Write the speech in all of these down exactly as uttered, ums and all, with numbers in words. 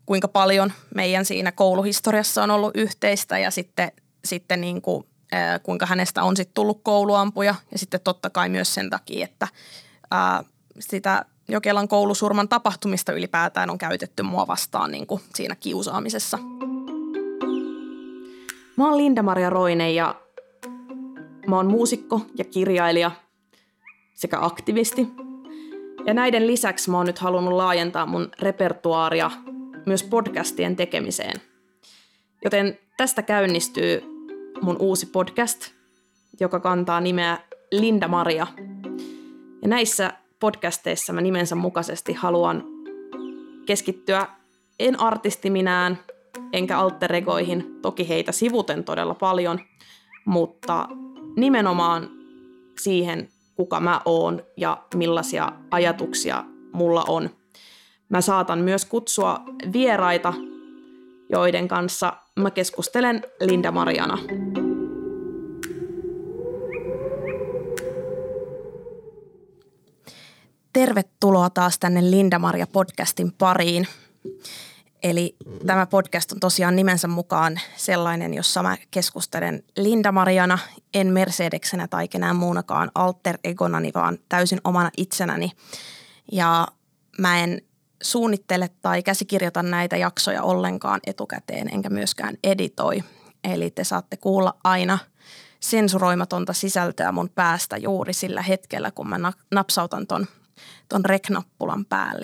kuinka paljon meidän siinä kouluhistoriassa on ollut yhteistä ja sitten, sitten niin kuin, ää, kuinka hänestä on sitten tullut kouluampuja. Ja sitten totta kai myös sen takia, että ää, sitä Jokelan koulusurman tapahtumista ylipäätään on käytetty mua vastaan niin kuin siinä kiusaamisessa. Mä oon Linda-Maria Roine ja mä oon muusikko ja kirjailija sekä aktivisti. Ja näiden lisäksi mä oon nyt halunnut laajentaa mun repertuaaria myös podcastien tekemiseen. Joten tästä käynnistyy mun uusi podcast, joka kantaa nimeä Linda-Maria. Ja näissä podcasteissa mä nimensä mukaisesti haluan keskittyä en artistiminään enkä alter-egoihin, toki heitä sivuten todella paljon, mutta nimenomaan siihen, kuka mä oon ja millaisia ajatuksia mulla on. Mä saatan myös kutsua vieraita, joiden kanssa mä keskustelen Linda-Mariana. Tervetuloa taas tänne Linda-Maria-podcastin pariin. Eli tämä podcast on tosiaan nimensä mukaan sellainen, jossa mä keskustelen Linda-Mariana, en Mercedeksenä tai kenään muunakaan alter egonani, vaan täysin omana itsenäni. Ja mä en suunnittele tai käsikirjoita näitä jaksoja ollenkaan etukäteen, enkä myöskään editoi. Eli te saatte kuulla aina sensuroimatonta sisältöä mun päästä juuri sillä hetkellä, kun mä napsautan ton, ton rek-nappulan päälle.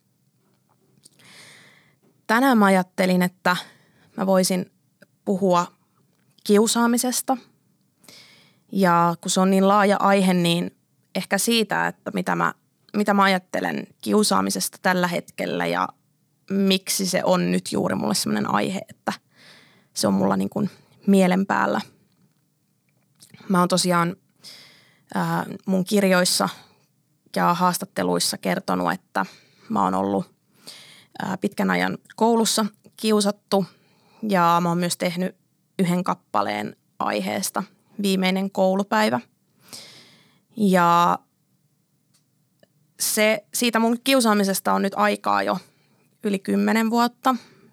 Tänään mä ajattelin, että mä voisin puhua kiusaamisesta ja kun se on niin laaja aihe, niin ehkä siitä, että mitä mä, mitä mä ajattelen kiusaamisesta tällä hetkellä ja miksi se on nyt juuri mulle sellainen aihe, että se on mulla niin kuin mielen päällä. Mä oon tosiaan ää, mun kirjoissa ja haastatteluissa kertonut, että mä oon ollut pitkän ajan koulussa kiusattu ja mä oon myös tehnyt yhden kappaleen aiheesta viimeinen koulupäivä. Ja se, siitä mun kiusaamisesta on nyt aikaa jo yli kymmenen vuotta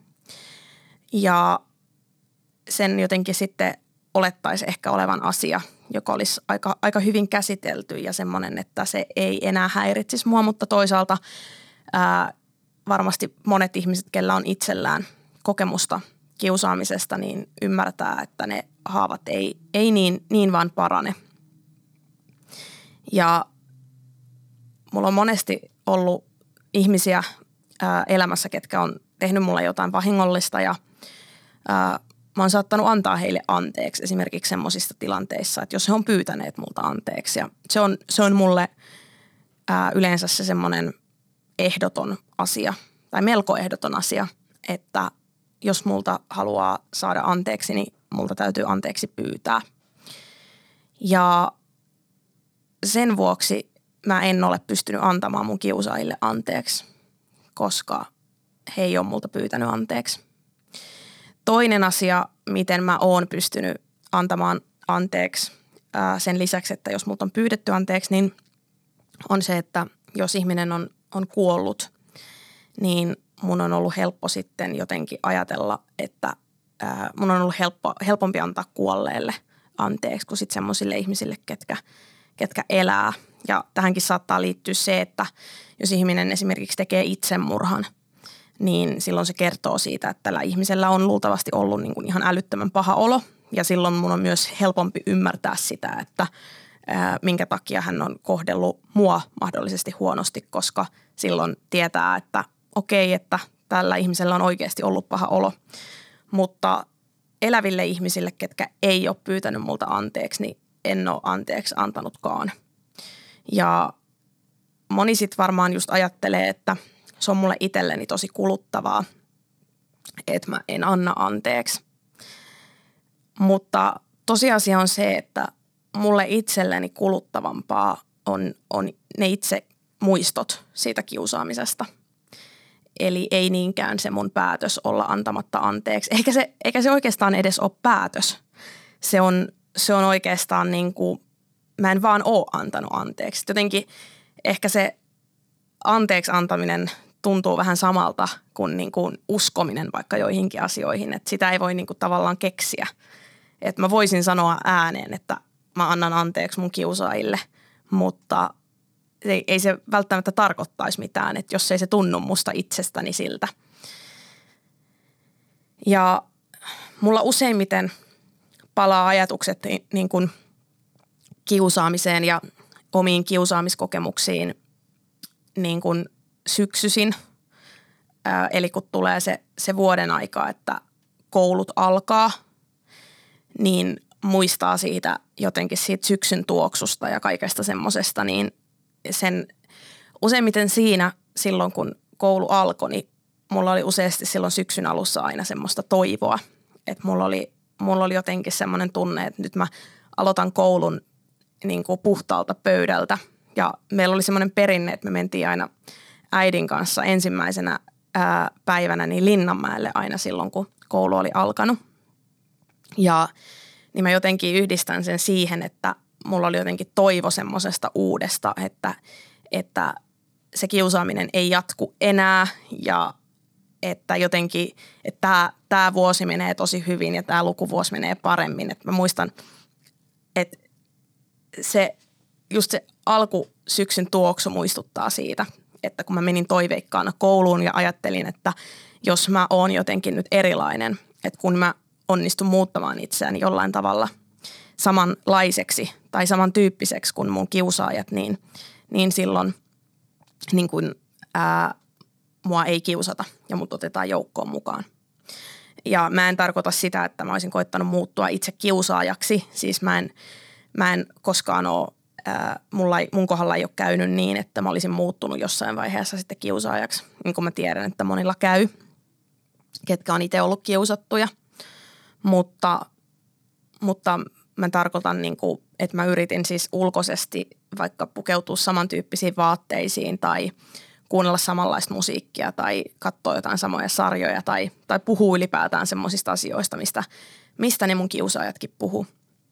ja sen jotenkin sitten olettaisi ehkä olevan asia, joka olisi aika, aika hyvin käsitelty ja semmoinen, että se ei enää häiritsisi mua, mutta toisaalta ää, varmasti monet ihmiset, kellä on itsellään kokemusta kiusaamisesta, niin ymmärtää, että ne haavat ei, ei niin, niin vaan parane. Ja mulla on monesti ollut ihmisiä ää, elämässä, ketkä on tehnyt mulle jotain vahingollista ja ää, mä oon saattanut antaa heille anteeksi esimerkiksi semmoisissa tilanteissa, että jos he on pyytäneet multa anteeksi. Ja se on, se on mulle ää, yleensä se semmoinen ehdoton asia tai melko ehdoton asia, että jos multa haluaa saada anteeksi, niin multa täytyy anteeksi pyytää. Ja sen vuoksi mä en ole pystynyt antamaan mun kiusaajille anteeksi, koska he ei ole multa pyytänyt anteeksi. Toinen asia, miten mä oon pystynyt antamaan anteeksi ää, sen lisäksi, että jos multa on pyydetty anteeksi, niin on se, että jos ihminen on on kuollut, niin mun on ollut helppo sitten jotenkin ajatella, että ää, mun on ollut helppo, helpompi antaa kuolleelle anteeksi kuin sitten semmoisille ihmisille, ketkä, ketkä elää. Ja tähänkin saattaa liittyä se, että jos ihminen esimerkiksi tekee itsemurhan, niin silloin se kertoo siitä, että tällä ihmisellä on luultavasti ollut niin kuin ihan älyttömän paha olo. Ja silloin mun on myös helpompi ymmärtää sitä, että ää, minkä takia hän on kohdellut mua mahdollisesti huonosti, koska silloin tietää, että okei, että tällä ihmisellä on oikeasti ollut paha olo. Mutta eläville ihmisille, ketkä ei ole pyytänyt multa anteeksi, niin en ole anteeksi antanutkaan. Ja moni sit varmaan just ajattelee, että se on mulle itselleni tosi kuluttavaa, että mä en anna anteeksi. Mutta tosiasia on se, että mulle itselleni kuluttavampaa on, on ne itse muistot siitä kiusaamisesta. Eli ei niinkään se mun päätös olla antamatta anteeksi. Eikä se, eikä se oikeastaan edes ole päätös. Se on, se on oikeastaan niin kuin, mä en vaan ole antanut anteeksi. Jotenkin ehkä se anteeksi antaminen tuntuu vähän samalta kuin, niin kuin uskominen vaikka joihinkin asioihin, että sitä ei voi niin kuin tavallaan keksiä. Että mä voisin sanoa ääneen, että mä annan anteeksi mun kiusaajille, mutta ei, ei se välttämättä tarkoittaisi mitään, että jos ei se tunnu musta itsestäni siltä. Ja mulla useimmiten palaa ajatukset niin kuin kiusaamiseen ja omiin kiusaamiskokemuksiin niin kuin syksyisin. Ää, eli kun tulee se, se vuoden aika, että koulut alkaa, niin muistaa siitä jotenkin siitä syksyn tuoksusta ja kaikesta semmoisesta, niin sen useimmiten siinä silloin, kun koulu alkoi, niin mulla oli useasti silloin syksyn alussa aina semmoista toivoa, että mulla oli, mulla oli jotenkin semmoinen tunne, että nyt mä aloitan koulun niin kuin puhtaalta pöydältä ja meillä oli semmoinen perinne, että me mentiin aina äidin kanssa ensimmäisenä ää, päivänä niin Linnanmäelle aina silloin, kun koulu oli alkanut ja niin mä jotenkin yhdistän sen siihen, että mulla oli jotenkin toivo semmoisesta uudesta, että, että se kiusaaminen ei jatku enää ja että jotenkin, että tämä, tämä vuosi menee tosi hyvin ja tämä lukuvuosi menee paremmin. Että mä muistan, että se, just se alkusyksyn tuoksu muistuttaa siitä, että kun mä menin toiveikkaana kouluun ja ajattelin, että jos mä oon jotenkin nyt erilainen, että kun mä onnistun muuttamaan itseäni jollain tavalla samanlaiseksi tai samantyyppiseksi kuin mun kiusaajat, niin, niin silloin niin kun, ää, mua ei kiusata ja mut otetaan joukkoon mukaan. Ja mä en tarkoita sitä, että mä olisin koittanut muuttua itse kiusaajaksi. Siis mä en, mä en koskaan ole, ää, mulla ei, mun kohdalla ei ole käynyt niin, että mä olisin muuttunut jossain vaiheessa sitten kiusaajaksi. Niin kuin mä tiedän, että monilla käy, ketkä on itse ollut kiusattuja. Mutta, mutta mä tarkoitan, niin kuin, että mä yritin siis ulkoisesti vaikka pukeutua samantyyppisiin vaatteisiin tai kuunnella samanlaista musiikkia tai katsoa jotain samoja sarjoja tai, tai puhua ylipäätään semmoisista asioista, mistä, mistä ne mun kiusaajatkin puhuu.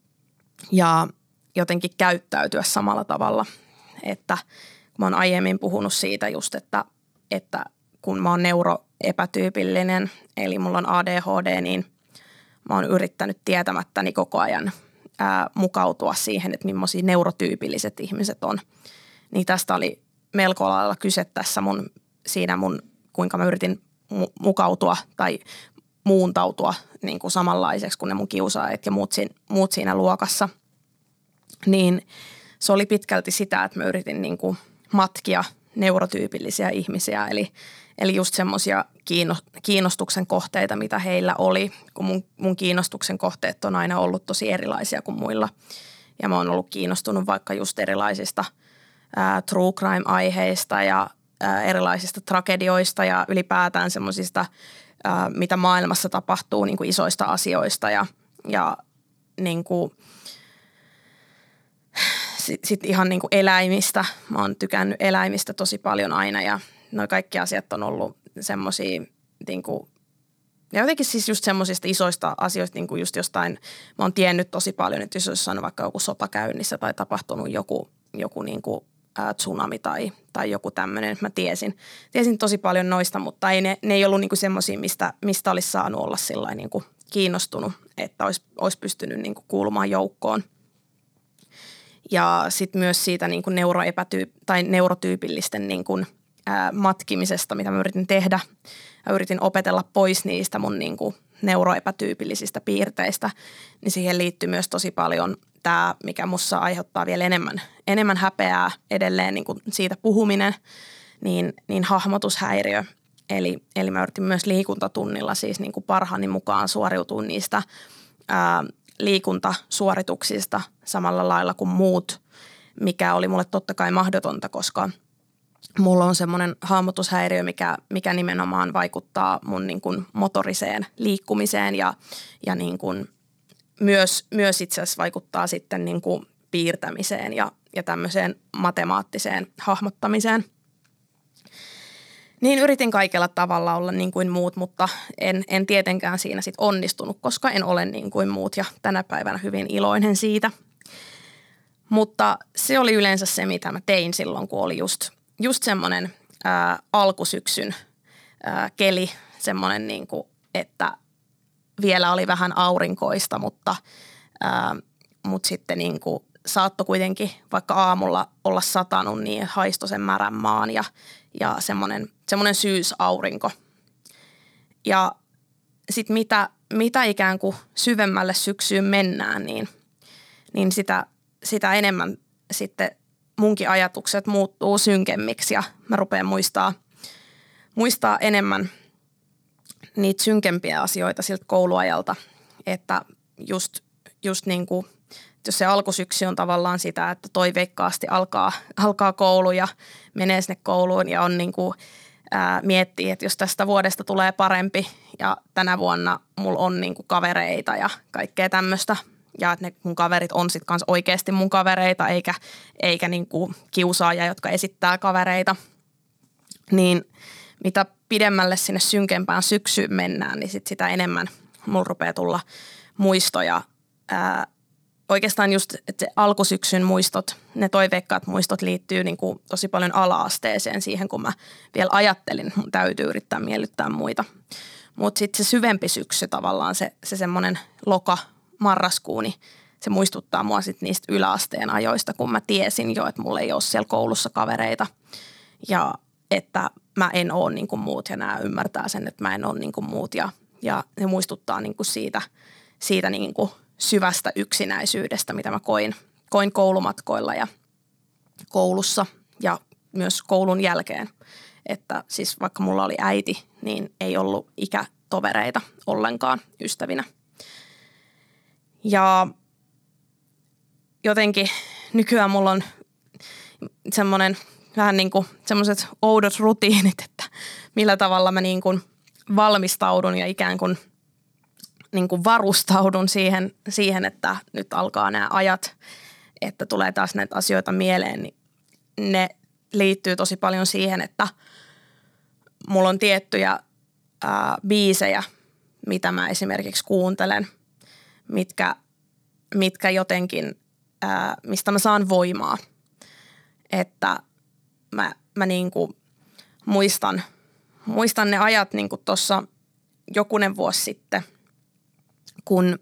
Ja jotenkin käyttäytyä samalla tavalla, että mä oon aiemmin puhunut siitä just, että, että kun mä oon neuroepätyypillinen, eli mulla on A D H D, niin mä oon yrittänyt tietämättäni koko ajan ää, mukautua siihen, että millaisia neurotyypilliset ihmiset on. Niin tästä oli melko lailla kyse tässä mun, siinä mun, kuinka mä yritin mu- mukautua tai muuntautua niin kuin samanlaiseksi kuin ne mun kiusaajat ja muut siinä, muut siinä luokassa. Niin se oli pitkälti sitä, että mä yritin niin kuin matkia neurotyypillisiä ihmisiä, eli Eli just semmoisia kiinnostuksen kohteita, mitä heillä oli, kun mun, mun kiinnostuksen kohteet on aina ollut tosi erilaisia kuin muilla. Ja mä oon ollut kiinnostunut vaikka just erilaisista ää, true crime-aiheista ja ää, erilaisista tragedioista ja ylipäätään semmoisista, ää, mitä maailmassa tapahtuu niin kuin isoista asioista ja, ja niin kuin sitten sit ihan niin kuin eläimistä. Mä oon tykännyt eläimistä tosi paljon aina ja noi kaikki asiat on ollut semmoisia, niin kuin, ja jotenkin siis just semmoisista isoista asioista, niin kuin just jostain, mä oon tiennyt tosi paljon, että jos olisi saanut vaikka joku sota käynnissä tai tapahtunut joku, joku niin kuin, ää, tsunami tai, tai joku tämmöinen, että mä tiesin, tiesin tosi paljon noista, mutta ei ne, ne ei ollut niin kuin semmoisia, mistä, mistä olisi saanut olla sillain niin kuin kiinnostunut, että olisi, olisi pystynyt niin kuin kuulumaan joukkoon. Ja sitten myös siitä niin kuin neuroepätyyp- tai neurotyypillisten niin kuin ää, matkimisesta, mitä mä yritin tehdä. Mä yritin opetella pois niistä mun niin kuin neuroepätyypillisistä piirteistä, niin siihen liittyy myös tosi paljon tämä, mikä musta aiheuttaa vielä enemmän, enemmän häpeää edelleen niin kuin siitä puhuminen, niin, niin hahmotushäiriö. Eli, eli mä yritin myös liikuntatunnilla siis niin kuin parhaani mukaan suoriutua niistä ää, liikuntasuorituksista samalla lailla kuin muut, mikä oli mulle totta kai mahdotonta, koska mulla on semmoinen hahmotushäiriö, mikä, mikä nimenomaan vaikuttaa mun niin kuin motoriseen liikkumiseen ja, ja niin kuin myös, myös itse asiassa vaikuttaa sitten niin kuin piirtämiseen ja, ja tämmöiseen matemaattiseen hahmottamiseen. Niin yritin kaikella tavalla olla niin kuin muut, mutta en, en tietenkään siinä sit onnistunut, koska en ole niin kuin muut ja tänä päivänä hyvin iloinen siitä. Mutta se oli yleensä se, mitä mä tein silloin, kun oli just, just semmoinen ää, alkusyksyn ää, keli, semmoinen niin kuin, että vielä oli vähän aurinkoista, mutta, ää, mutta sitten niin kuin saattoi kuitenkin vaikka aamulla olla satanut, niin haistoi sen märän maan ja, ja semmoinen, semmoinen syysaurinko. Ja sitten mitä, mitä ikään kuin syvemmälle syksyyn mennään, niin, niin sitä, sitä enemmän sitten munkin ajatukset muuttuu synkemmiksi ja mä rupean muistaa, muistaa enemmän niitä synkempiä asioita siltä kouluajalta, että just, just niin kuin, jos se alkusyksy on tavallaan sitä, että toiveikkaasti alkaa, alkaa koulu ja menee sinne kouluun ja on niin kuin, ää, miettii, että jos tästä vuodesta tulee parempi ja tänä vuonna mulla on niin kuin kavereita ja kaikkea tämmöistä ja että ne mun kaverit on sitten kanssa oikeasti mun kavereita eikä, eikä niin kuin kiusaajia, jotka esittää kavereita, niin mitä pidemmälle sinne synkempään syksyyn mennään, niin sit sitä enemmän mulla rupeaa tulla muistoja. Ää, oikeastaan just että alkusyksyn muistot, ne toiveikkaat muistot liittyy niin kuin tosi paljon ala-asteeseen siihen, kun mä vielä ajattelin, että mun täytyy yrittää miellyttää muita. Mutta sitten se syvempi syksy tavallaan, se, se semmoinen loka, marraskuu, niin se muistuttaa mua sitten niistä yläasteen ajoista, kun mä tiesin jo, että mulla ei ole siellä koulussa kavereita ja että mä en ole niin kuin muut ja nämä ymmärtää sen, että mä en ole niin kuin muut ja, ja ne muistuttaa niin kuin siitä, siitä niin kuin syvästä yksinäisyydestä, mitä mä koin, koin koulumatkoilla ja koulussa ja myös koulun jälkeen. Että siis vaikka mulla oli äiti, niin ei ollut ikätovereita ollenkaan ystävinä. Ja jotenkin nykyään mulla on semmoinen vähän niin kuin semmoiset oudot rutiinit, että millä tavalla mä niin kuin valmistaudun ja ikään kuin, niin kuin varustaudun siihen, siihen, että nyt alkaa nämä ajat, että tulee taas näitä asioita mieleen, niin ne liittyy tosi paljon siihen, että mulla on tiettyjä ää, biisejä, mitä mä esimerkiksi kuuntelen, mitkä, mitkä jotenkin, ää, mistä mä saan voimaa, että Mä, mä niin kuin muistan, muistan ne ajat niin kuin tuossa jokunen vuosi sitten, kun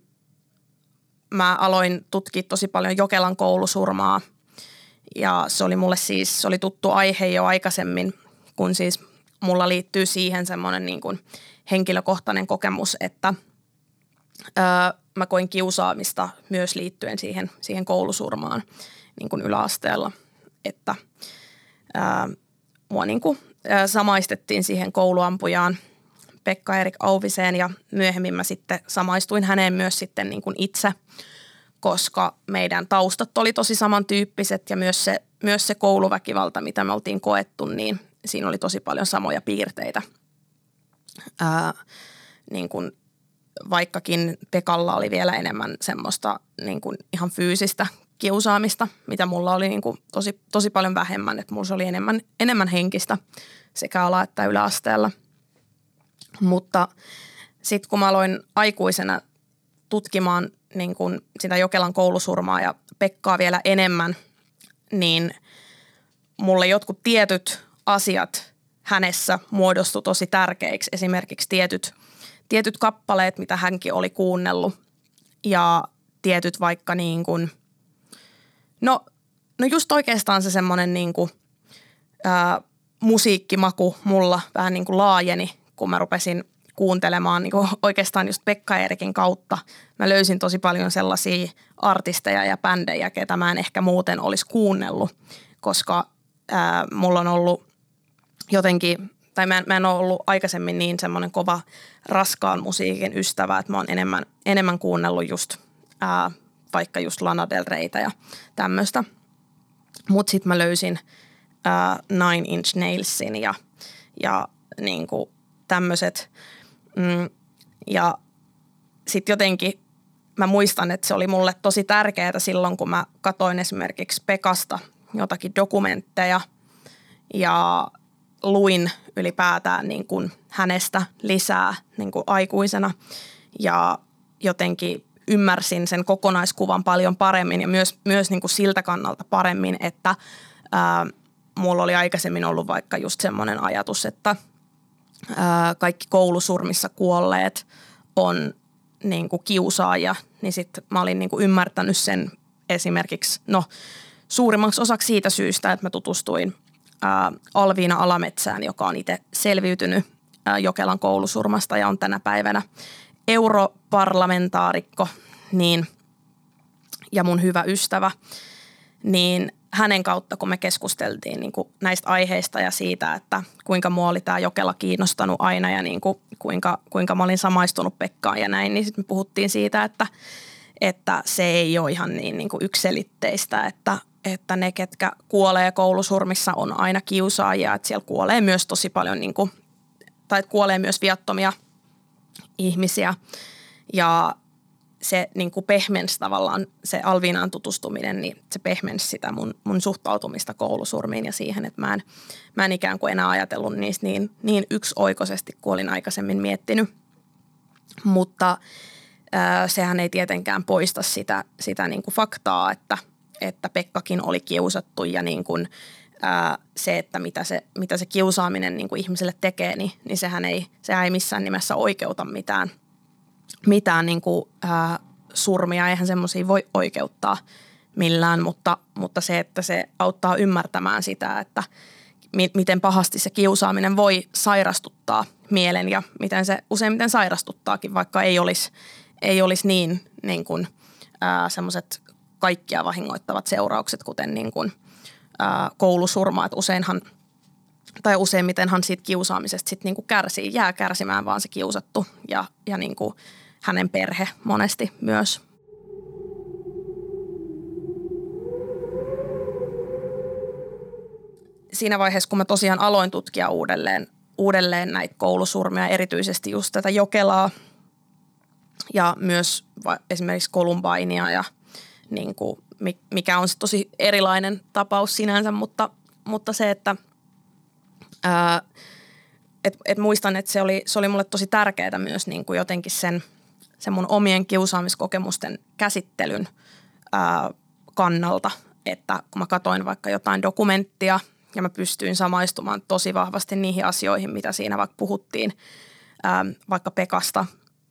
mä aloin tutkia tosi paljon Jokelan koulusurmaa. Ja se oli mulle siis, se oli tuttu aihe jo aikaisemmin, kun siis mulla liittyy siihen semmoinen niin kuin henkilökohtainen kokemus, että öö, mä koin kiusaamista myös liittyen siihen, siihen koulusurmaan niin kuin yläasteella, että Ää, mua niin kuin, ää, samaistettiin siihen kouluampujaan Pekka-Erik Auviseen ja myöhemmin mä sitten samaistuin häneen myös sitten niin kuin itse, koska meidän taustat oli tosi samantyyppiset ja myös se, myös se kouluväkivalta, mitä me oltiin koettu, niin siinä oli tosi paljon samoja piirteitä. Ää, niin kuin, vaikkakin Pekalla oli vielä enemmän semmoista niin kuin ihan fyysistä kiusaamista, mitä mulla oli niin kuin tosi, tosi paljon vähemmän, että mulla oli enemmän, enemmän henkistä sekä ala- että yläasteella. Mutta sitten kun mä aloin aikuisena tutkimaan niin kuin sitä Jokelan koulusurmaa ja Pekkaa vielä enemmän, niin mulle jotkut tietyt asiat hänessä muodostui tosi tärkeiksi. Esimerkiksi tietyt, tietyt kappaleet, mitä hänkin oli kuunnellut ja tietyt vaikka niin kuin No, no just oikeastaan se semmoinen niinku, ää, musiikkimaku mulla vähän niin kuin laajeni, kun mä rupesin kuuntelemaan niin kuin oikeastaan just Pekka-Erikin kautta. Mä löysin tosi paljon sellaisia artisteja ja bändejä, ketä mä en ehkä muuten olisi kuunnellut, koska ää, mulla on ollut jotenkin, tai mä en, mä en ole ollut aikaisemmin niin semmoinen kova raskaan musiikin ystävä, että mä oon enemmän, enemmän kuunnellut just ää, vaikka just Lana Del Reytä ja tämmöistä. Mutta sitten mä löysin uh, Nine Inch Nailsin ja, ja niinku tämmöiset. Mm, ja sitten jotenkin mä muistan, että se oli mulle tosi tärkeää silloin, kun mä katoin esimerkiksi Pekasta jotakin dokumentteja ja luin ylipäätään niin kuin hänestä lisää niin kuin aikuisena ja jotenkin ymmärsin sen kokonaiskuvan paljon paremmin ja myös, myös niin kuin siltä kannalta paremmin, että ää, mulla oli aikaisemmin ollut vaikka just semmoinen ajatus, että ää, kaikki koulusurmissa kuolleet on niin kuin kiusaaja, niin sitten mä olin niin kuin ymmärtänyt sen esimerkiksi, no suurimmaksi osaksi siitä syystä, että mä tutustuin ää, Alviina Alametsään, joka on itse selviytynyt ää, Jokelan koulusurmasta ja on tänä päivänä europarlamentaarikko niin, ja mun hyvä ystävä, niin hänen kautta, kun me keskusteltiin niin kuin näistä aiheista ja siitä, että kuinka mua oli tämä Jokela kiinnostanut aina ja niin kuin, kuinka, kuinka mä olin samaistunut Pekkaan ja näin, niin sitten me puhuttiin siitä, että, että se ei ole ihan niin, niin kuin yksiselitteistä, että, että ne, ketkä kuolee koulusurmissa, on aina kiusaajia, että siellä kuolee myös tosi paljon, niin kuin, tai kuolee myös viattomia ihmisiä ja se niin kuin pehmensi tavallaan, se Alviinaan tutustuminen, niin se pehmensi sitä mun, mun suhtautumista koulusurmiin ja siihen, että mä en, mä en ikään kuin enää ajatellut niistä niin, niin yksioikoisesti kuin olin aikaisemmin miettinyt. Mutta äh, sehän ei tietenkään poista sitä, sitä niin kuin faktaa, että, että Pekkakin oli kiusattu ja niin kuin, äh, se, että mitä se, mitä se kiusaaminen niin kuin ihmiselle tekee, niin, niin sehän, ei, sehän ei missään nimessä oikeuta mitään. mitään niin kuin, ää, surmia, eihän semmoisia voi oikeuttaa millään, mutta, mutta se, että se auttaa ymmärtämään sitä, että mi- miten pahasti se kiusaaminen voi sairastuttaa mielen ja miten se useimmiten sairastuttaakin, vaikka ei olisi, ei olisi niin, niin kuin, ää, semmoiset kaikkia vahingoittavat seuraukset, kuten niin kuin, ää, koulusurma, että useinhan tai useimmitenhan siitä kiusaamisesta sit niinku kärsii, jää kärsimään vaan se kiusattu ja, ja niinku hänen perhe monesti myös. Siinä vaiheessa, kun mä tosiaan aloin tutkia uudelleen, uudelleen näitä koulusurmia, erityisesti just tätä Jokelaa ja myös esimerkiksi Columbinea ja niinku, mikä on tosi erilainen tapaus sinänsä, mutta, mutta se, että Ää, et, et muistan, että se oli, se oli mulle tosi tärkeää myös niin kuin jotenkin sen, sen mun omien kiusaamiskokemusten käsittelyn ää, kannalta, että kun mä katsoin vaikka jotain dokumenttia ja mä pystyin samaistumaan tosi vahvasti niihin asioihin, mitä siinä vaikka puhuttiin ää, vaikka Pekasta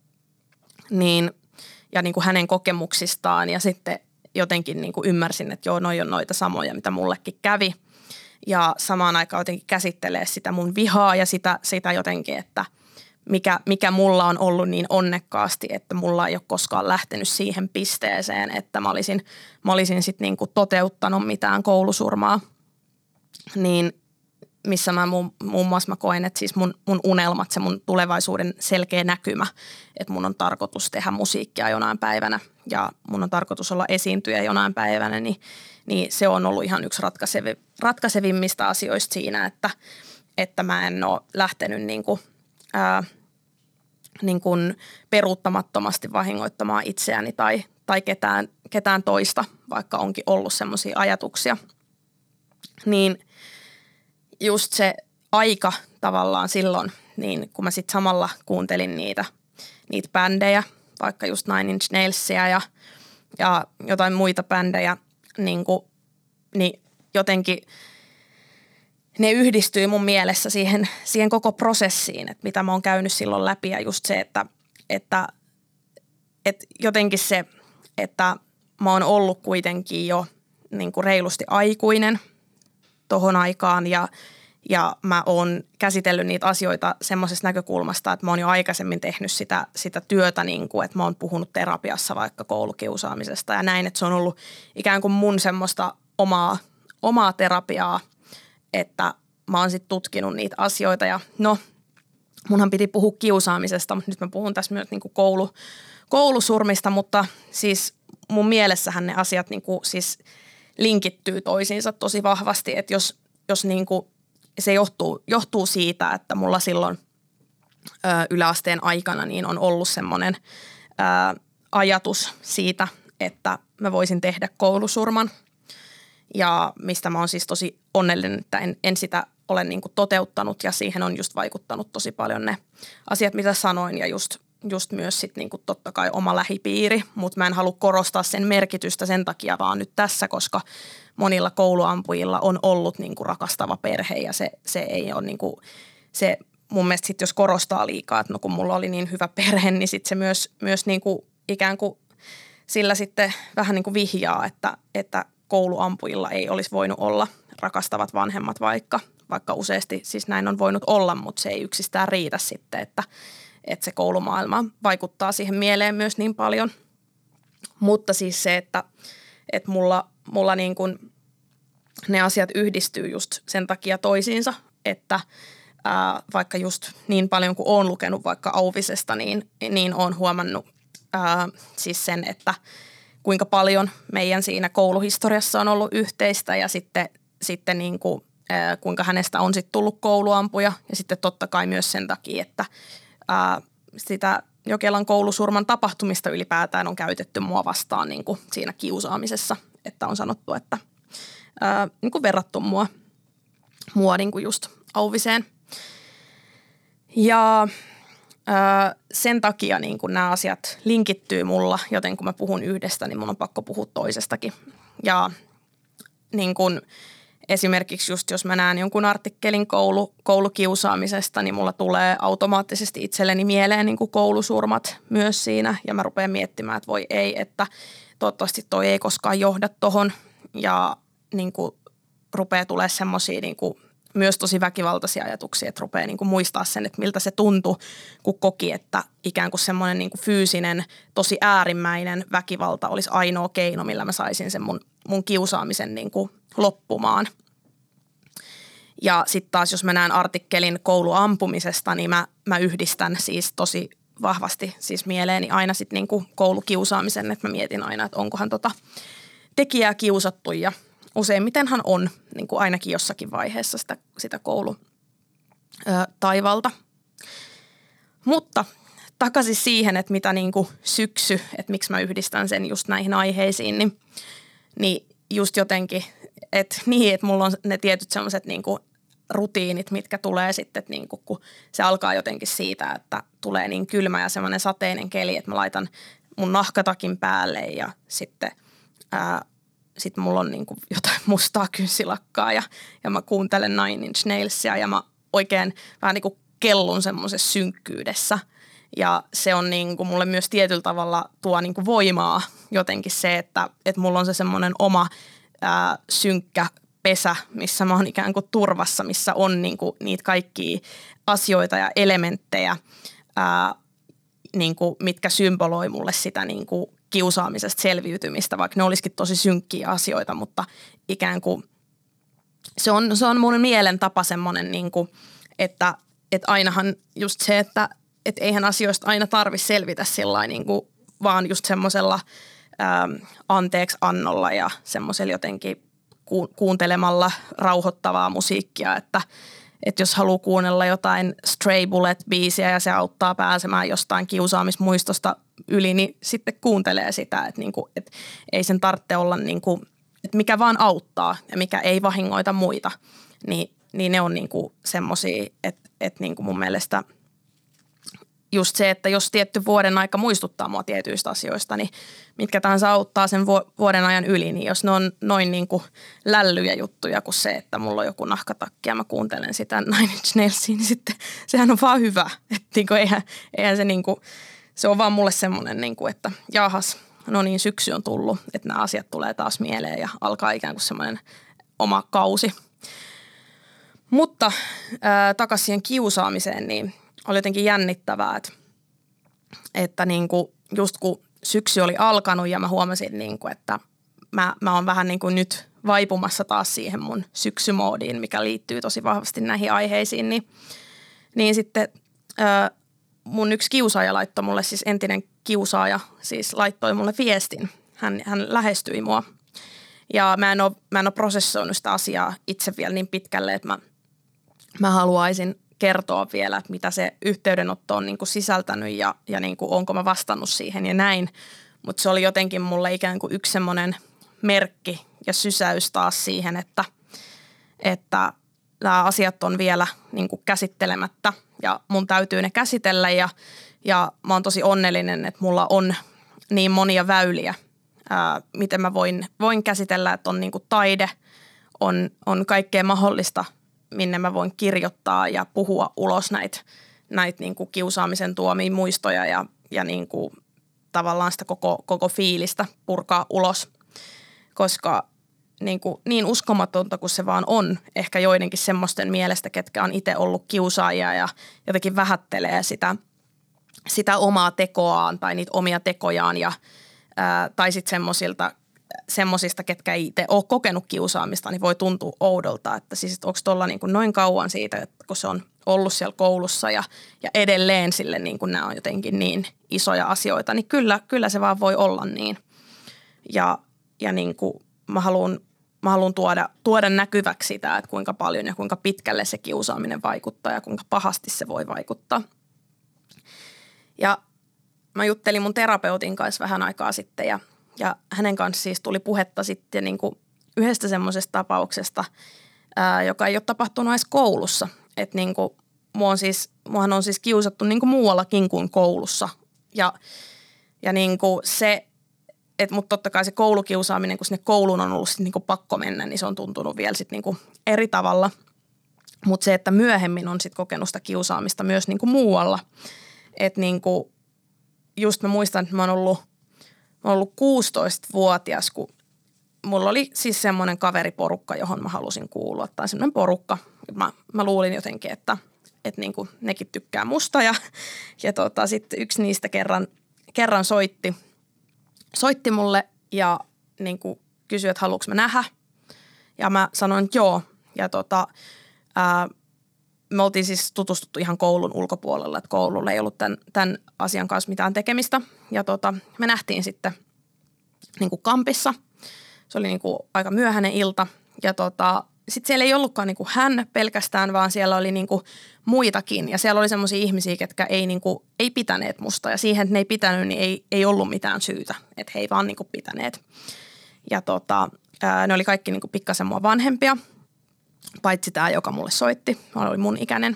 niin, ja niin kuin hänen kokemuksistaan ja sitten jotenkin niin kuin ymmärsin, että joo, noi on noita samoja, mitä mullekin kävi. Ja samaan aikaan jotenkin käsittelee sitä mun vihaa ja sitä, sitä jotenkin, että mikä, mikä mulla on ollut niin onnekkaasti, että mulla ei ole koskaan lähtenyt siihen pisteeseen, että mä olisin, mä olisin sit niinku toteuttanut mitään koulusurmaa. Niin missä mä muun, muun muassa mä koen, että siis mun, mun unelmat, se mun tulevaisuuden selkeä näkymä, että mun on tarkoitus tehdä musiikkia jonain päivänä ja mun on tarkoitus olla esiintyjä jonain päivänä, niin niin se on ollut ihan yksi ratkaisevi, ratkaisevimmista asioista siinä, että, että mä en ole lähtenyt niin kuin, ää, niin kuin peruuttamattomasti vahingoittamaan itseäni tai, tai ketään, ketään toista, vaikka onkin ollut semmoisia ajatuksia. Niin just se aika tavallaan silloin, niin kun mä sitten samalla kuuntelin niitä, niitä bändejä, vaikka just Nine Inch Nailsia ja, ja jotain muita bändejä, niin, kuin, niin jotenkin ne yhdistyy mun mielessä siihen, siihen koko prosessiin, että mitä mä oon käynyt silloin läpi ja just se, että, että, että jotenkin se, että mä oon ollut kuitenkin jo niin kuin reilusti aikuinen tohon aikaan ja, ja mä oon käsitellyt niitä asioita semmoisesta näkökulmasta, että mä oon jo aikaisemmin tehnyt sitä, sitä työtä, niin kuin, että mä oon puhunut terapiassa vaikka koulukiusaamisesta ja näin, että se on ollut ikään kuin mun semmoista omaa, omaa terapiaa, että mä oon sitten tutkinut niitä asioita ja no, munhan piti puhua kiusaamisesta, mutta nyt mä puhun tässä myös niin kuin koulu, koulusurmista, mutta siis mun mielessähän ne asiat niin kuin siis linkittyy toisiinsa tosi vahvasti, että jos, jos niin kuin se johtuu, johtuu siitä, että mulla silloin ö, yläasteen aikana niin on ollut semmoinen ö, ajatus siitä, että mä voisin tehdä koulusurman ja mistä mä oon siis tosi onnellinen, että en, en sitä ole niin kuin toteuttanut ja siihen on just vaikuttanut tosi paljon ne asiat, mitä sanoin ja just just myös sit niinku totta kai oma lähipiiri, mutta mä en halua korostaa sen merkitystä sen takia vaan nyt tässä, koska monilla kouluampujilla on ollut niinku rakastava perhe ja se, se ei ole niinku, se mun mielestä sit jos korostaa liikaa, että no kun mulla oli niin hyvä perhe, niin sit se myös, myös niinku ikään kuin sillä sitten vähän niin kuin vihjaa, että, että kouluampujilla ei olisi voinut olla rakastavat vanhemmat vaikka, vaikka useasti siis näin on voinut olla, mutta se ei yksistään riitä sitten, että, että se koulumaailma vaikuttaa siihen mieleen myös niin paljon. Mutta siis se, että, että mulla, mulla niin kuin ne asiat yhdistyy just sen takia toisiinsa, että ää, vaikka just niin paljon kuin olen lukenut vaikka Auvisesta, niin, niin olen huomannut ää, siis sen, että kuinka paljon meidän siinä kouluhistoriassa on ollut yhteistä ja sitten, sitten niin kuin, ää, kuinka hänestä on sitten tullut kouluampuja ja sitten totta kai myös sen takia, että ää, sitä Jokelan koulusurman tapahtumista ylipäätään on käytetty mua vastaan niin kuin siinä kiusaamisessa, että on sanottu, että ää, niin kuin verrattu mua, mua niin kuin just Auviseen. Ja ää, sen takia niin kun nämä asiat linkittyy mulla, joten kun mä puhun yhdestä, niin mun on pakko puhua toisestakin. Ja niin kun esimerkiksi just jos mä näen jonkun artikkelin koulu, koulukiusaamisesta, niin mulla tulee automaattisesti itselleni mieleen niin kuin koulusurmat myös siinä. Ja mä rupean miettimään, että voi ei, että toivottavasti toi ei koskaan johda tohon. Ja niin kuin rupeaa tulemaan semmoisia niin kuin myös tosi väkivaltaisia ajatuksia, että rupeaa niin kuin muistaa sen, että miltä se tuntui, kun koki, että ikään kuin semmoinen niin kuin fyysinen, tosi äärimmäinen väkivalta olisi ainoa keino, millä mä saisin sen mun, mun kiusaamisen niin kuin loppumaan. Ja sitten taas, jos mä näen artikkelin kouluampumisesta, niin mä, mä yhdistän siis tosi vahvasti siis mieleeni aina sitten niin kuin koulukiusaamisen, että mä mietin aina, että onkohan tota tekijää kiusattu ja useimmitenhan on niin kuin ainakin jossakin vaiheessa sitä, sitä koulutaivalta. Mutta takaisin siihen, että mitä niin kuin syksy, että miksi mä yhdistän sen just näihin aiheisiin, niin, niin just jotenkin, että niin, että mulla on ne tietyt sellaiset niin kuin rutiinit, mitkä tulee sitten, että niin kuin, kun se alkaa jotenkin siitä, että tulee niin kylmä ja semmoinen sateinen keli, että mä laitan mun nahkatakin päälle ja sitten ää, sitten mulla on niinku jotain mustaa kynsilakkaa ja, ja mä kuuntelen Nine Inch Nailsia ja mä oikein vähän niinku kellun semmoisessa synkkyydessä. Ja se on niinku mulle myös tietyllä tavalla tuo niinku voimaa jotenkin se, että, että mulla on se semmoinen oma ää, synkkä pesä, missä mä oon ikään kuin turvassa, missä on niinku niitä kaikkia asioita ja elementtejä, ää, niinku, mitkä symboloi mulle sitä niinku kiusaamisesta selviytymistä, vaikka ne olisikin tosi synkkiä asioita, mutta ikään kuin se on, se on mun mielen tapa semmoinen, niin kuin, että, että ainahan just se, että et eihän asioista aina tarvitse selvitä sillain, niin kuin, vaan just semmoisella ähm, anteeksi annolla ja semmoisella jotenkin ku, kuuntelemalla rauhoittavaa musiikkia, että että jos haluaa kuunnella jotain Stray Bullet-biisiä ja se auttaa pääsemään jostain kiusaamismuistosta yli, niin sitten kuuntelee sitä, että, niinku, että ei sen tarvitse olla, niinku, että mikä vaan auttaa ja mikä ei vahingoita muita, niin, niin ne on niinku semmoisia, että, että niinku mun mielestä just se, että jos tietty vuoden aika muistuttaa mua tietyistä asioista, niin mitkä tahansa auttaa sen vuoden ajan yli, niin jos ne on noin niin kuin lällyjä juttuja kuin se, että mulla on joku nahkatakki ja mä kuuntelen sitä Nine Inch Nailsia, niin sitten sehän on vaan hyvä. Että niin kuin eihän, eihän se niin kuin, se on vaan mulle semmoinen, niin kuin, että jahas, no niin syksy on tullut, että nämä asiat tulee taas mieleen ja alkaa ikään kuin semmoinen oma kausi. Mutta ää, takaisin siihen kiusaamiseen, niin oli jotenkin jännittävää, että, että niin kuin just kun syksy oli alkanut ja mä huomasin, niin kuin, että mä, mä oon vähän niin kuin nyt vaipumassa taas siihen mun syksymoodiin, mikä liittyy tosi vahvasti näihin aiheisiin, niin, niin sitten ää, mun yksi kiusaaja laittoi mulle, siis entinen kiusaaja, siis laittoi mulle viestin. Hän, hän lähestyi mua ja mä en ole, mä en ole prosessoinut sitä asiaa itse vielä niin pitkälle, että mä, mä haluaisin kertoa vielä, että mitä se yhteydenotto on niin kuin sisältänyt ja, ja niin kuin onko mä vastannut siihen ja näin. Mutta se oli jotenkin mulle ikään kuin yksi semmoinen merkki ja sysäys taas siihen, että, että nämä asiat on vielä niin kuin käsittelemättä ja mun täytyy ne käsitellä ja Ja mä oon tosi onnellinen, että mulla on niin monia väyliä, ää, miten mä voin, voin käsitellä, että on niin kuin taide, on, on kaikkea mahdollista, minne mä voin kirjoittaa ja puhua ulos näitä näit niin kuin kiusaamisen tuomia muistoja ja, ja niin kuin tavallaan sitä koko, koko fiilistä purkaa ulos, koska niin, kuin, niin uskomatonta kuin se vaan on ehkä joidenkin semmoisten mielestä, ketkä on itse ollut kiusaajia ja jotenkin vähättelee sitä, sitä omaa tekoaan tai niitä omia tekojaan ja, ää, tai sitten semmoisilta semmoisista, ketkä ei itse ole kokenut kiusaamista, niin voi tuntua oudolta, että siis onko tuolla niin kuin noin kauan siitä, että kun se on ollut siellä koulussa ja, ja edelleen sille niin kuin nämä on jotenkin niin isoja asioita, niin kyllä, kyllä se vaan voi olla niin. Ja, ja niin kuin mä haluan, mä haluan tuoda, tuoda näkyväksi sitä, että kuinka paljon ja kuinka pitkälle se kiusaaminen vaikuttaa ja kuinka pahasti se voi vaikuttaa. Ja mä juttelin mun terapeutin kanssa vähän aikaa sitten ja Ja hänen kanssa siis tuli puhetta sitten niin kuin yhdestä semmoisesta tapauksesta, ää, joka ei ole tapahtunut edes koulussa. Että niin kuin mua on siis, muahan on siis kiusattu niin kuin muuallakin kuin koulussa. Ja, ja niin kuin se, että mutta totta kai se koulukiusaaminen, kun sinne kouluun on ollut sitten niin kuin pakko mennä, niin se on tuntunut vielä sitten niin kuin eri tavalla. Mutta se, että myöhemmin on sitten kokenut sitä kiusaamista myös niin kuin muualla. Että niin kuin just mä muistan, että mä oon ollut Mä oon ollut kuusitoistavuotias, kun mulla oli siis semmoinen kaveriporukka, johon mä halusin kuulua. Tai semmoinen porukka. Mä, mä luulin jotenkin, että, että niin kuin nekin tykkää musta. Ja, ja tota, sitten yksi niistä kerran, kerran soitti, soitti mulle ja niin kuin kysyi, että haluanko mä nähdä. Ja mä sanoin, että joo. Ja tota, ää, me oltiin siis tutustuttu ihan koulun ulkopuolella, että koululla ei ollut tämän, tämän asian kanssa mitään tekemistä. Ja tota, me nähtiin sitten niin kuin kampissa. Se oli niin kuin aika myöhäinen ilta. Ja tota, sitten siellä ei ollutkaan niin kuin hän pelkästään, vaan siellä oli niin kuin muitakin. Ja siellä oli semmoisia ihmisiä, ketkä ei, niin kuin, ei pitäneet musta. Ja siihen, että ne ei pitänyt, niin ei, ei ollut mitään syytä. Että he ei vaan niin kuin pitäneet. Ja tota, ää, ne oli kaikki niin kuin pikkasen mua vanhempia. Paitsi tämä, joka mulle soitti. Hän oli mun ikäinen.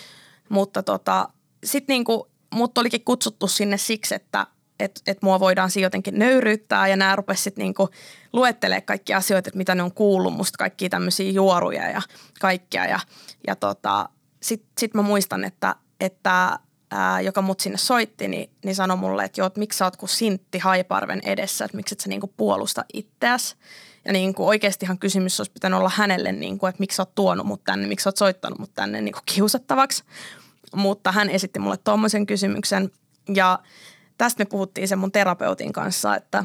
Mutta tota, sitten niinku, mut olikin kutsuttu sinne siksi, että et, et mua voidaan siinä jotenkin nöyryyttää. Ja nämä rupesivat sitten niinku luettelemaan kaikkia asioita, että mitä ne on kuullut musta. Kaikkia tämmöisiä juoruja ja kaikkia. Ja, ja tota, sitten sit mä muistan, että, että ää, joka mut sinne soitti, niin, niin sanoi mulle, että joo, että miksi sä oot kuin sintti Haiparven edessä. Että miksi et sä niinku puolusta itseäsi. Ja niin kuin oikeastihan kysymys olisi pitänyt olla hänelle, niin kuin, että miksi sä oot tuonut mut tänne, miksi sä oot soittanut mut tänne niin kuin kiusattavaksi. Mutta hän esitti mulle tuommoisen kysymyksen ja tästä me puhuttiin sen mun terapeutin kanssa, että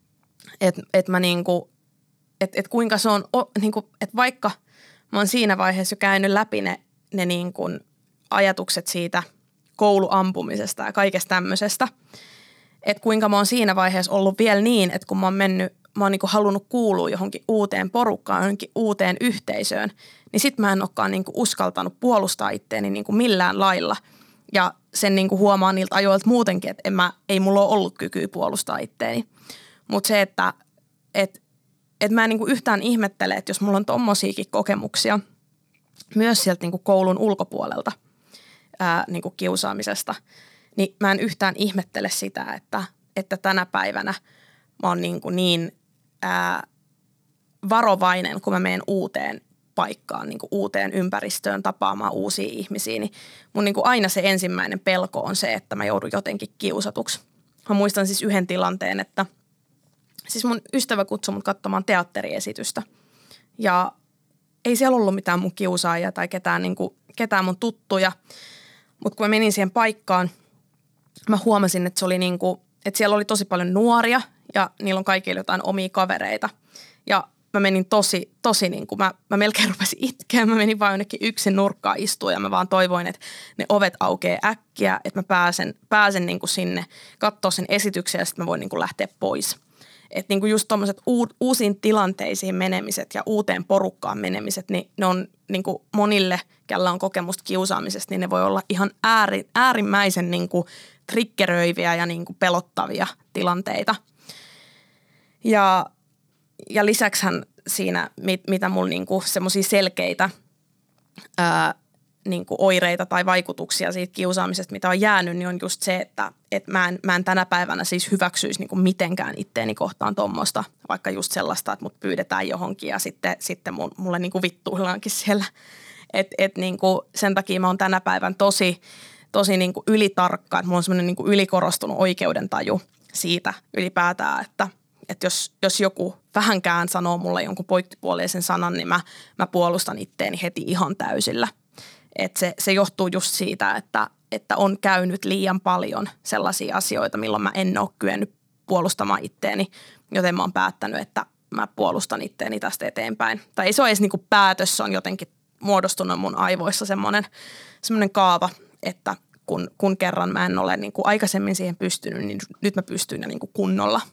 et, et mä niin kuin, et, et kuinka se on, niin kuin, että vaikka mä oon siinä vaiheessa jo käynyt läpi ne, ne niin kuin ajatukset siitä kouluampumisesta ja kaikesta tämmöisestä, että kuinka mä oon siinä vaiheessa ollut vielä niin, että kun mä oon mennyt mä oon niinku halunnut kuulua johonkin uuteen porukkaan, johonkin uuteen yhteisöön, niin sit mä en olekaan niinku uskaltanut puolustaa itteeni niinku millään lailla. Ja sen niinku huomaan niiltä ajoilta muutenkin, että en mä, ei mulla ole ollut kykyä puolustaa itteeni. Mutta se, että et, et mä en niinku yhtään ihmettele, että jos mulla on tommosiakin kokemuksia myös sieltä niinku koulun ulkopuolelta ää, niinku kiusaamisesta, niin mä en yhtään ihmettele sitä, että, että tänä päivänä mä oon niin, kuin niin ää, varovainen, kun mä menen uuteen paikkaan, niin kuin uuteen ympäristöön tapaamaan uusia ihmisiä, niin mun niin kuin aina se ensimmäinen pelko on se, että mä joudun jotenkin kiusatuksi. Mä muistan siis yhden tilanteen, että siis mun ystävä kutsui mut katsomaan teatteriesitystä ja ei siellä ollut mitään mun kiusaajia tai ketään, niin kuin, ketään mun tuttuja, mutta kun mä menin siihen paikkaan, mä huomasin, että se oli niin kuin, että siellä oli tosi paljon nuoria ja niillä on kaikilla jotain omia kavereita. Ja mä menin tosi, tosi niin kuin, mä, mä melkein rupesin itkeä. Mä menin vaan jonnekin yksin nurkkaan istua ja mä vaan toivoin, että ne ovet aukeaa äkkiä, että mä pääsen, pääsen niin kuin sinne katsoa sen esityksen ja sitten mä voin niin kuin lähteä pois. Että niin kuin just tommoset uusiin tilanteisiin menemiset ja uuteen porukkaan menemiset, niin ne on niin kuin monille, kellä on kokemusta kiusaamisesta, niin ne voi olla ihan ääri, äärimmäisen niin kuin triggeröiviä ja niin kuin pelottavia tilanteita. Ja, ja lisäksihän siinä, mit, mitä mulla niin kuin semmoisia selkeitä ää, niin kuin oireita tai vaikutuksia siitä kiusaamisesta, mitä on jäänyt, niin on just se, että, että mä, en, mä en tänä päivänä siis hyväksyisi niin kuin mitenkään itteeni kohtaan tuommoista, vaikka just sellaista, että mut pyydetään johonkin ja sitten, sitten mun, mulle niin kuin vittuillaankin siellä. Et, et niin kuin sen takia mä oon tänä päivän tosi, tosi niin kuin ylitarkka, että mulla on semmoinen niin kuin ylikorostunut oikeudentaju siitä ylipäätään, että, että jos, jos joku vähänkään sanoo mulle jonkun poikkipuolisen sanan, niin mä, mä puolustan itteeni heti ihan täysillä. Et se, se johtuu just siitä, että, että on käynyt liian paljon sellaisia asioita, milloin mä en ole kyennyt puolustamaan itteeni, joten mä oon päättänyt, että mä puolustan itteeni tästä eteenpäin. Tai ei se ole edes niinku päätös, se on jotenkin muodostunut mun aivoissa semmoinen, semmoinen kaava, että kun, kun kerran mä en ole niinku aikaisemmin siihen pystynyt, niin nyt mä pystyn niinku kunnolla.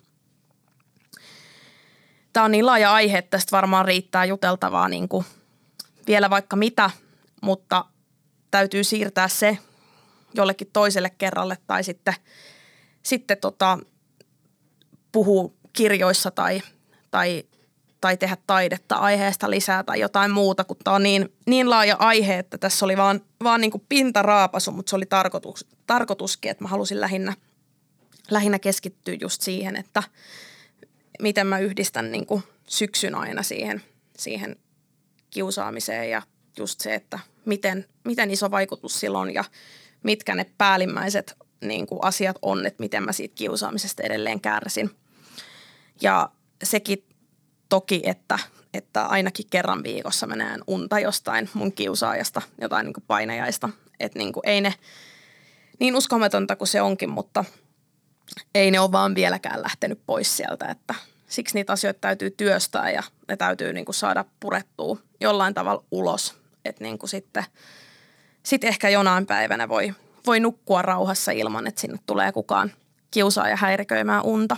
Tämä on niin laaja aihe, että tästä varmaan riittää juteltavaa niinku vielä vaikka mitä, mutta täytyy siirtää se jollekin toiselle kerralle tai sitten, sitten tota, puhua kirjoissa tai, tai, tai tehdä taidetta aiheesta lisää tai jotain muuta, kun tämä on niin, niin laaja aihe, että tässä oli vaan, vaan niin kuin pintaraapasu, mutta se oli tarkoitus, tarkoituskin, että mä halusin lähinnä, lähinnä keskittyä just siihen, että miten mä yhdistän niin kuin syksyn aina siihen, siihen kiusaamiseen ja just se, että miten, miten iso vaikutus sillä on ja mitkä ne päällimmäiset niin kuin asiat on, että miten mä siitä kiusaamisesta edelleen kärsin. Ja sekin toki, että, että ainakin kerran viikossa mä näen unta jostain mun kiusaajasta, jotain niin kuin painajaista. Että niin kuin ei ne, niin uskomatonta kuin se onkin, mutta ei ne ole vaan vieläkään lähtenyt pois sieltä, että siksi niitä asioita täytyy työstää ja ne täytyy niin kuin saada purettua jollain tavalla ulos. Että niin kuin sitten sit ehkä jonain päivänä voi, voi nukkua rauhassa ilman, että sinne tulee kukaan kiusaa ja häiriköimään unta.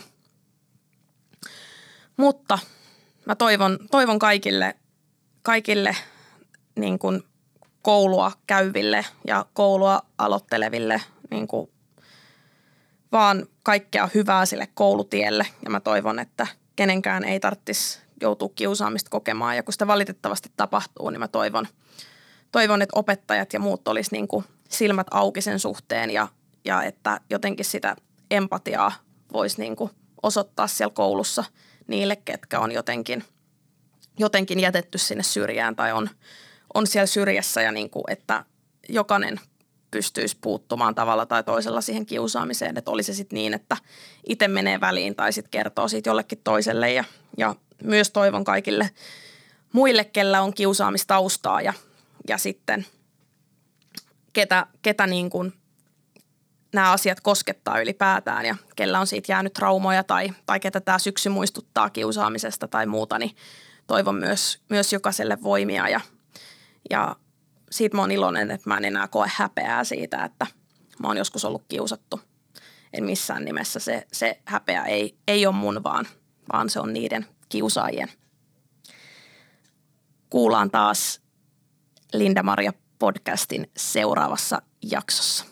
Mutta mä toivon, toivon kaikille, kaikille niin kuin koulua käyville ja koulua aloitteleville niin kuin vaan kaikkea hyvää sille koulutielle. Ja mä toivon, että kenenkään ei tarvitsisi joutua kiusaamista kokemaan. Ja kun sitä valitettavasti tapahtuu, niin mä toivon, toivon että opettajat ja muut olisi niin kuin silmät auki sen suhteen. Ja, ja että jotenkin sitä empatiaa voisi niin kuin osoittaa siellä koulussa niille, ketkä on jotenkin, jotenkin jätetty sinne syrjään tai on, on siellä syrjässä. Ja niin kuin, että jokainen pystyisi puuttumaan tavalla tai toisella siihen kiusaamiseen, että oli se sitten niin, että itse menee väliin tai sitten kertoo siitä jollekin toiselle ja, ja myös toivon kaikille muille, kellä on kiusaamistaustaa ja, ja sitten ketä, ketä niin kuin nämä asiat koskettaa ylipäätään ja kellä on siitä jäänyt traumoja tai, tai ketä tämä syksy muistuttaa kiusaamisesta tai muuta, niin toivon myös, myös jokaiselle voimia ja, ja siitä mä oon iloinen, että mä en enää koe häpeää siitä, että mä oon joskus ollut kiusattu. En missään nimessä. Se, se häpeä ei, ei ole mun vaan, vaan se on niiden kiusaajien. Kuullaan taas Linda Maria podcastin seuraavassa jaksossa.